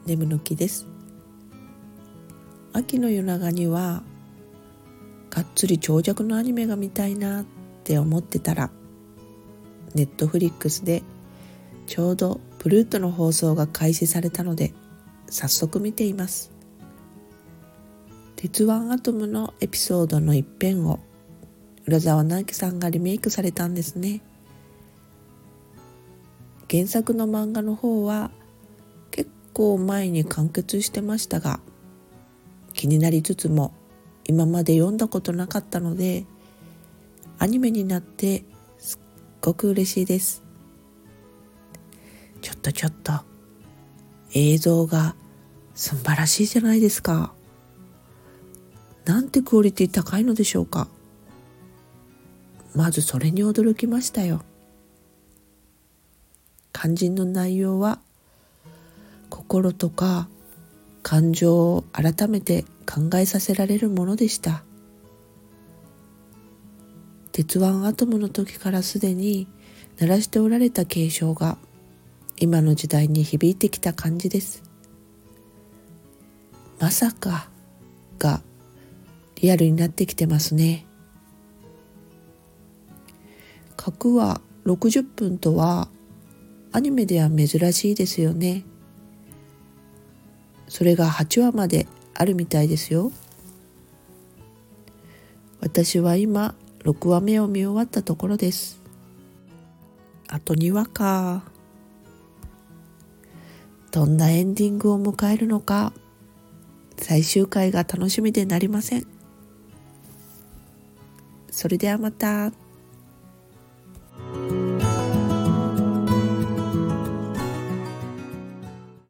眠の木です。秋の夜長にはがっつり長尺のアニメが見たいなって思ってたら、ネットフリックスでちょうどプルートの放送が開始されたので早速見ています。鉄腕アトムのエピソードの一編を浦沢直樹さんがリメイクされたんですね。原作の漫画の方は結構前に完結してましたが、気になりつつも今まで読んだことなかったので、アニメになってすっごく嬉しいです。ちょっと映像が素晴らしいじゃないですか。なんてクオリティ高いのでしょうか。まずそれに驚きましたよ。肝心の内容は心とか感情を改めて考えさせられるものでした。鉄腕アトムの時からすでに鳴らしておられた警鐘が今の時代に響いてきた感じです。まさかがリアルになってきてますね。各話60分とはアニメでは珍しいですよね。それが8話まであるみたいですよ。私は今6話目を見終わったところです。あと2話か。どんなエンディングを迎えるのか、最終回が楽しみでなりません。それではまた。